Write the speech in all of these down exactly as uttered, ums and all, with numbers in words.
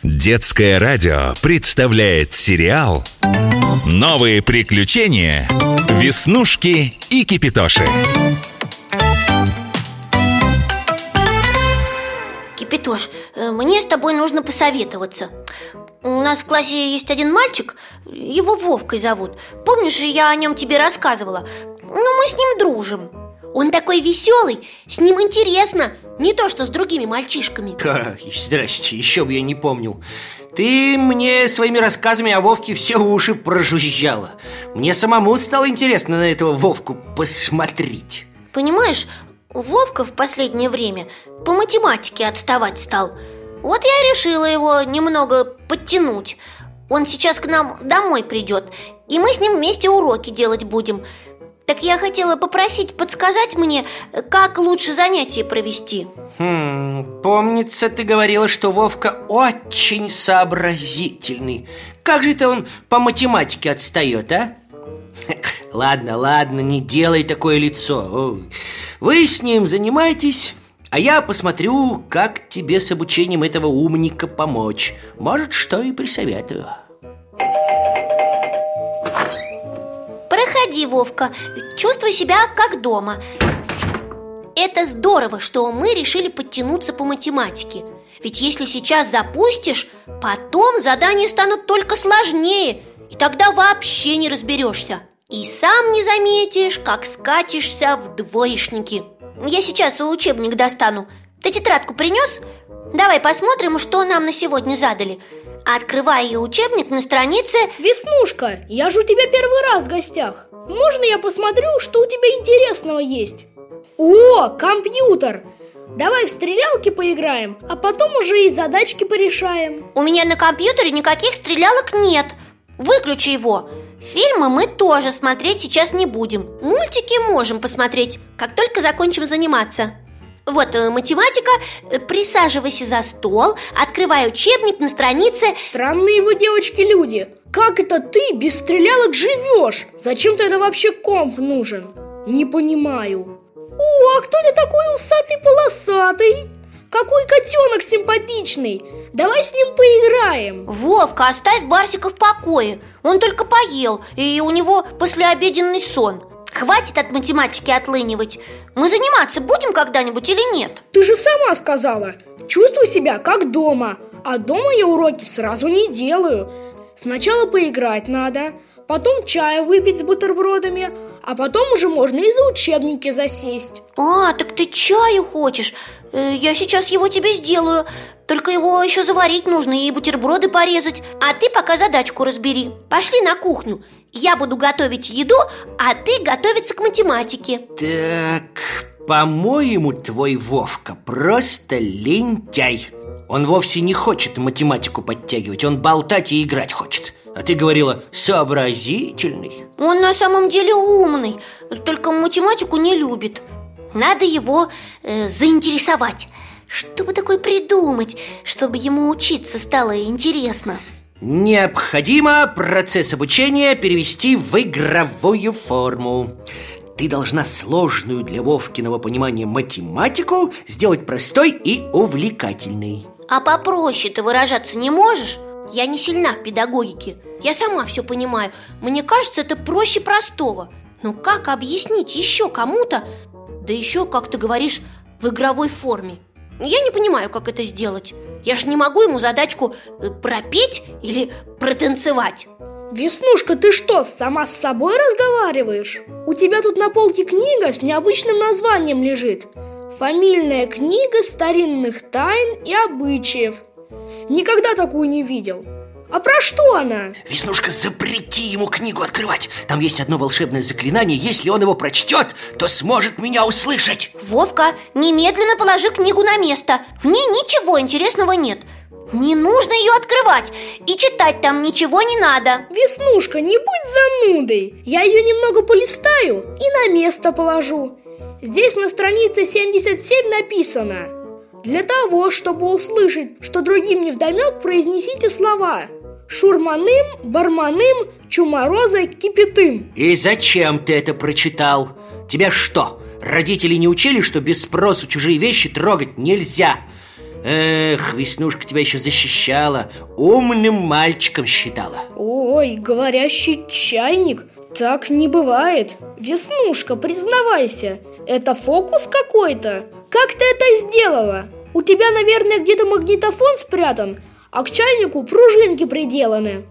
Детское радио представляет сериал «Новые приключения. Веснушки и Кипитоши». Кипитош, мне с тобой нужно посоветоваться. У нас в классе есть один мальчик, его Вовкой зовут. Помнишь, я о нем тебе рассказывала? Ну, мы с ним дружим. Он такой веселый, с ним интересно, не то что с другими мальчишками. Ха, здрасте, еще бы я не помнил. Ты мне своими рассказами о Вовке все уши прожужжала. Мне самому стало интересно на этого Вовку посмотреть. Понимаешь, Вовка в последнее время по математике отставать стал. Вот я и решила его немного подтянуть. Он сейчас к нам домой придет, и мы с ним вместе уроки делать будем. Так я хотела попросить подсказать мне, как лучше занятия провести. Хм, помнится, ты говорила, что Вовка очень сообразительный. Как же это он по математике отстает, а? Ладно, ладно, не делай такое лицо. Вы с ним занимайтесь, а я посмотрю, как тебе с обучением этого умника помочь. Может, что и присоветую. Проходи, Вовка, чувствуй себя как дома. Это здорово, что мы решили подтянуться по математике. Ведь если сейчас запустишь, потом задания станут только сложнее, и тогда вообще не разберешься. И сам не заметишь, как скатишься в двоечники. Я сейчас учебник достану. Ты тетрадку принес? Давай посмотрим, что нам на сегодня задали. Открывай учебник на странице... Веснушка, я же у тебя первый раз в гостях. Можно я посмотрю, что у тебя интересного есть? О, компьютер! Давай в стрелялки поиграем, а потом уже и задачки порешаем. У меня на компьютере никаких стрелялок нет. Выключи его. Фильмы мы тоже смотреть сейчас не будем. Мультики можем посмотреть, как только закончим заниматься. Вот математика. Присаживайся за стол, открывай учебник на странице... Странные вы, девочки, люди. Как это ты без стрелялок живешь? Зачем тогда вообще комп нужен? Не понимаю. О, а кто это такой усатый-полосатый? Какой котенок симпатичный. Давай с ним поиграем. Вовка, оставь Барсика в покое. Он только поел, и у него послеобеденный сон. Хватит от математики отлынивать. Мы заниматься будем когда-нибудь или нет? Ты же сама сказала, чувствуй себя как дома. А дома я уроки сразу не делаю. Сначала поиграть надо, потом чай выпить с бутербродами, а потом уже можно и за учебники засесть. А, так ты чаю хочешь? Я сейчас его тебе сделаю. Только его еще заварить нужно и бутерброды порезать. А ты пока задачку разбери. Пошли на кухню. Я буду готовить еду, а ты готовиться к математике. Так, по-моему, твой Вовка просто лентяй. Он вовсе не хочет математику подтягивать, он болтать и играть хочет. А ты говорила, сообразительный. Он на самом деле умный, только математику не любит. Надо его э, заинтересовать. Что бы такое придумать, чтобы ему учиться стало интересно? Необходимо процесс обучения перевести в игровую форму. Ты должна сложную для Вовкиного понимания математику сделать простой и увлекательной. А попроще ты выражаться не можешь? Я не сильна в педагогике. Я сама все понимаю. Мне кажется, это проще простого. Но как объяснить еще кому-то? Да еще, как ты говоришь, в игровой форме. Я не понимаю, как это сделать. Я ж не могу ему задачку пропеть или протанцевать. Веснушка, ты что, сама с собой разговариваешь? У тебя тут на полке книга с необычным названием лежит. Фамильная книга старинных тайн и обычаев. Никогда такую не видел. А про что она? Веснушка, запрети ему книгу открывать. Там есть одно волшебное заклинание. Если он его прочтет, то сможет меня услышать. Вовка, немедленно положи книгу на место. В ней ничего интересного нет. Не нужно ее открывать. И читать там ничего не надо. Веснушка, не будь занудой. Я ее немного полистаю и на место положу. Здесь на странице семьдесят семь написано: для того, чтобы услышать, что другим невдомек, произнесите слова: шурманым, барманым, чумороза, кипятым. И зачем ты это прочитал? Тебя что, родители не учили, что без спросу чужие вещи трогать нельзя? Эх, Веснушка тебя еще защищала, умным мальчиком считала. Ой, говорящий чайник, так не бывает. Веснушка, признавайся, это фокус какой-то? Как ты это сделала? У тебя, наверное, где-то магнитофон спрятан, а к чайнику пружинки приделаны.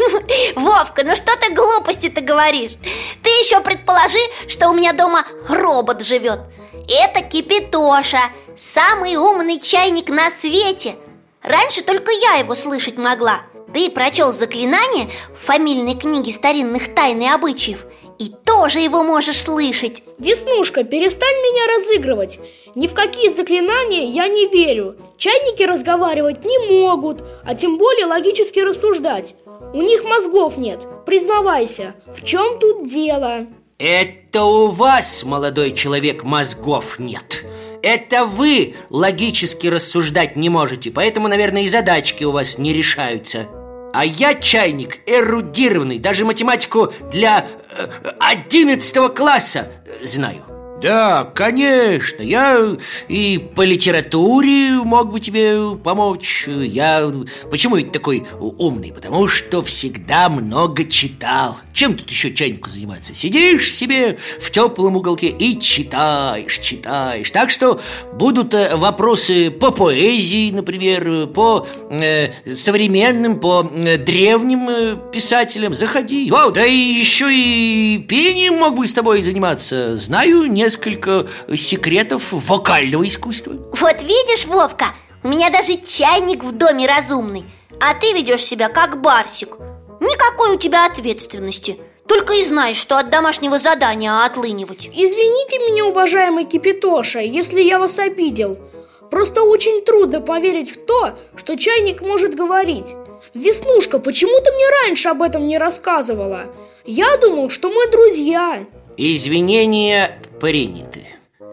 Вовка, ну что ты глупости-то говоришь? Ты еще предположи, что у меня дома робот живет. Это Кипитоша, самый умный чайник на свете. Раньше только я его слышать могла. Ты прочел заклинание в фамильной книге старинных тайн и обычаев, и тоже его можешь слышать. Веснушка, перестань меня разыгрывать. Ни в какие заклинания я не верю. Чайники разговаривать не могут, а тем более логически рассуждать. У них мозгов нет. Признавайся, в чем тут дело? Это у вас, молодой человек, мозгов нет. Это вы логически рассуждать не можете, поэтому, наверное, и задачки у вас не решаются. А я чайник эрудированный, даже математику для одиннадцатого класса знаю. Да, конечно, я и по литературе мог бы тебе помочь. Я почему ведь такой умный? Потому что всегда много читал. Чем тут еще чайнику заниматься? Сидишь себе в теплом уголке и читаешь, читаешь. Так что будут вопросы по поэзии, например, по э, современным, по э, древним э, писателям. Заходи. О, да и еще и пением мог бы с тобой заниматься. Знаю несколько Несколько секретов вокального искусства. Вот видишь, Вовка, у меня даже чайник в доме разумный, а ты ведешь себя как барсик. Никакой у тебя ответственности. Только и знаешь, что от домашнего задания отлынивать. Извините меня, уважаемый Кипитоша, если я вас обидел. Просто очень трудно поверить в то, что чайник может говорить. Веснушка, почему ты мне раньше об этом не рассказывала? Я думал, что мы друзья. Извинения приняты.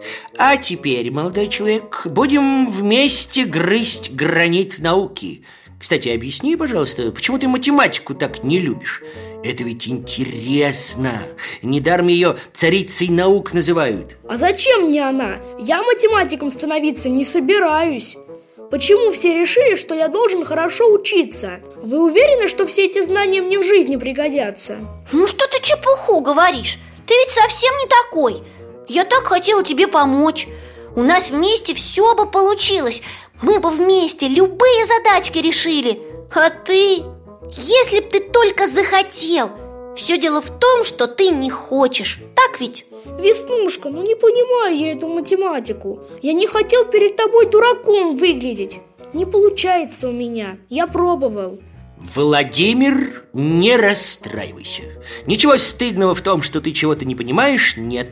А теперь, молодой человек, будем вместе грызть гранит науки. Кстати, объясни, пожалуйста, почему ты математику так не любишь? Это ведь интересно. Недаром ее царицей наук называют. А зачем мне она? Я математиком становиться не собираюсь. Почему все решили, что я должен хорошо учиться? Вы уверены, что все эти знания мне в жизни пригодятся? Ну что ты чепуху говоришь? Ты ведь совсем не такой. Я так хотела тебе помочь. У нас вместе все бы получилось. Мы бы вместе любые задачки решили. А ты... Если б ты только захотел. Все дело в том, что ты не хочешь. Так ведь? Веснушка, ну не понимаю я эту математику. Я не хотел перед тобой дураком выглядеть. Не получается у меня. Я пробовал. Владимир, не расстраивайся. Ничего стыдного в том, что ты чего-то не понимаешь, нет.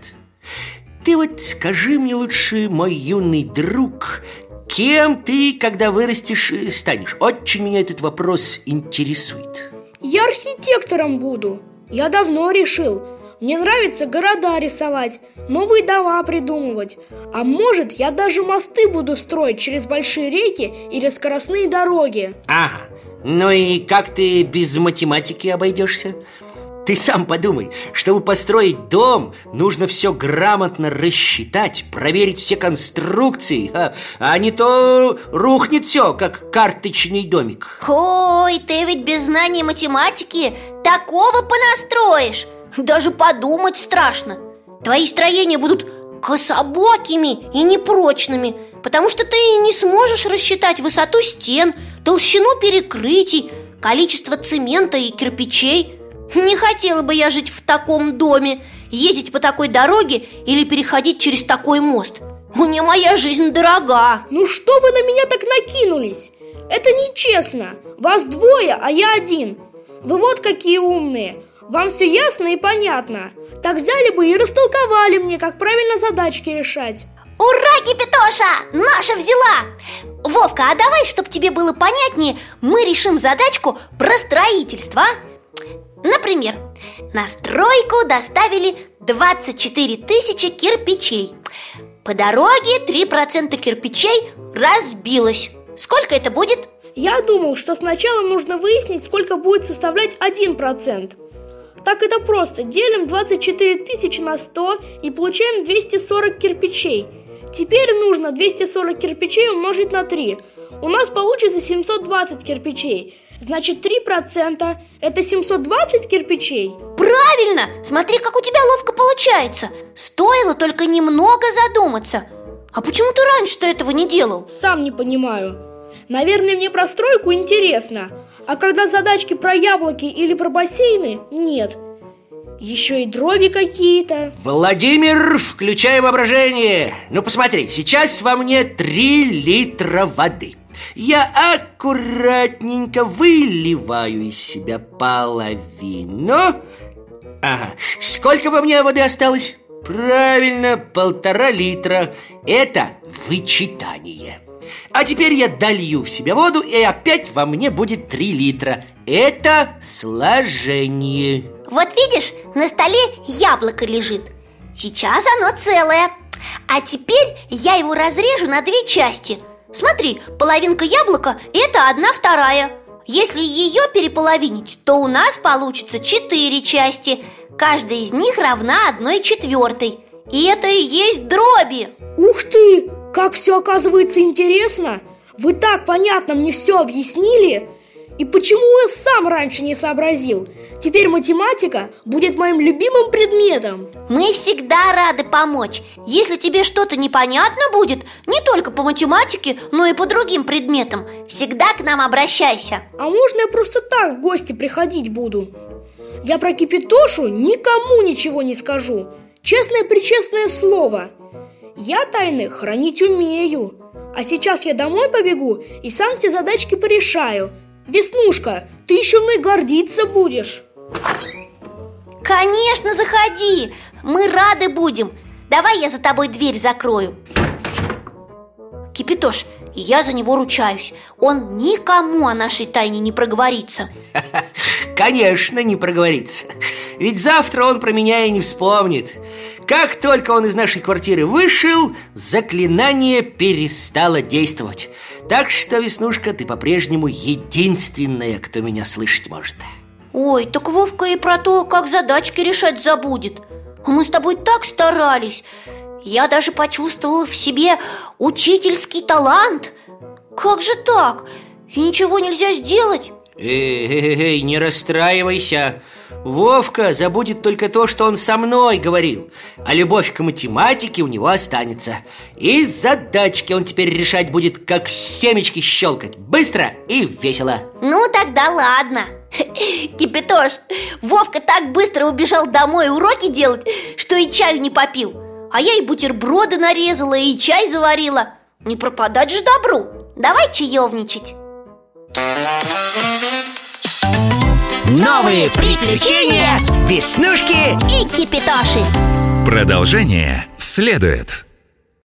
Ты вот скажи мне лучше, мой юный друг, кем ты, когда вырастешь, станешь? Очень меня этот вопрос интересует. Я архитектором буду. Я давно решил. Мне нравится города рисовать, новые дома придумывать. А может, я даже мосты буду строить через большие реки или скоростные дороги. Ага, ну и как ты без математики обойдешься? Ты сам подумай, чтобы построить дом, нужно все грамотно рассчитать, проверить все конструкции, а, а не то рухнет все, как карточный домик. Ой, ты ведь без знаний математики такого понастроишь. Даже подумать страшно. Твои строения будут кособокими и непрочными, потому что ты не сможешь рассчитать высоту стен, толщину перекрытий, количество цемента и кирпичей. Не хотела бы я жить в таком доме, ездить по такой дороге или переходить через такой мост. Мне моя жизнь дорога. Ну что вы на меня так накинулись? Это нечестно. Вас двое, а я один. Вы вот какие умные. Вам все ясно и понятно. Так взяли бы и растолковали мне, как правильно задачки решать. Ура, Кипитоша! Наша взяла! Вовка, а давай, чтобы тебе было понятнее, мы решим задачку про строительство, а? Например, на стройку доставили двадцать четыре тысячи кирпичей. По дороге три процента кирпичей разбилось. Сколько это будет? Я думал, что сначала нужно выяснить, сколько будет составлять один процент. Так это просто. Делим двадцать четыре тысячи на сто и получаем двести сорок кирпичей. Теперь нужно двести сорок кирпичей умножить на три. у нас получится семьсот двадцать кирпичей. Значит, три процента – это семьсот двадцать кирпичей? Правильно! Смотри, как у тебя ловко получается. Стоило только немного задуматься. А почему ты раньше-то этого не делал? Сам не понимаю. Наверное, мне про стройку интересно. А когда задачки про яблоки или про бассейны – нет. Еще и дроби какие-то. Владимир, включай воображение. Ну, посмотри, сейчас во мне три литра воды. Я аккуратненько выливаю из себя половину. Ага, сколько во мне воды осталось? Правильно, полтора литра. Это вычитание. А теперь я долью в себя воду, и опять во мне будет три литра. Это сложение. Вот видишь, на столе яблоко лежит. Сейчас оно целое. А теперь я его разрежу на две части. Смотри, половинка яблока – это одна вторая. Если ее переполовинить, то у нас получится четыре части. Каждая из них равна одной четвертой. И это и есть дроби. Ух ты! Как все оказывается интересно! Вы так понятно мне все объяснили. И почему я сам раньше не сообразил? Теперь математика будет моим любимым предметом. Мы всегда рады помочь. Если тебе что-то непонятно будет, не только по математике, но и по другим предметам, всегда к нам обращайся. А можно я просто так в гости приходить буду? Я про Кипитошу никому ничего не скажу. Честное-пречестное слово. Я тайны хранить умею. А сейчас я домой побегу и сам все задачки порешаю. Веснушка, ты еще мной гордиться будешь. Конечно, заходи. Мы рады будем. Давай я за тобой дверь закрою. Кипитош, я за него ручаюсь. Он никому о нашей тайне не проговорится. Конечно, не проговорится. Ведь завтра он про меня и не вспомнит. Как только он из нашей квартиры вышел, заклинание перестало действовать. Так что, Веснушка, ты по-прежнему единственная, кто меня слышать может. Ой, так Вовка и про то, как задачки решать, забудет. А мы с тобой так старались. Я даже почувствовала в себе учительский талант. Как же так? И ничего нельзя сделать? Эй, эй, эй, не расстраивайся. Вовка забудет только то, что он со мной говорил. А любовь к математике у него останется. И задачки он теперь решать будет, как семечки щелкать. Быстро и весело. Ну, тогда ладно. Кипитош, Вовка так быстро убежал домой уроки делать, что и чаю не попил. А я и бутерброды нарезала, и чай заварила. Не пропадать же добру. Давай чаевничать. Новые приключения Веснушки и Кипитоши. Продолжение следует.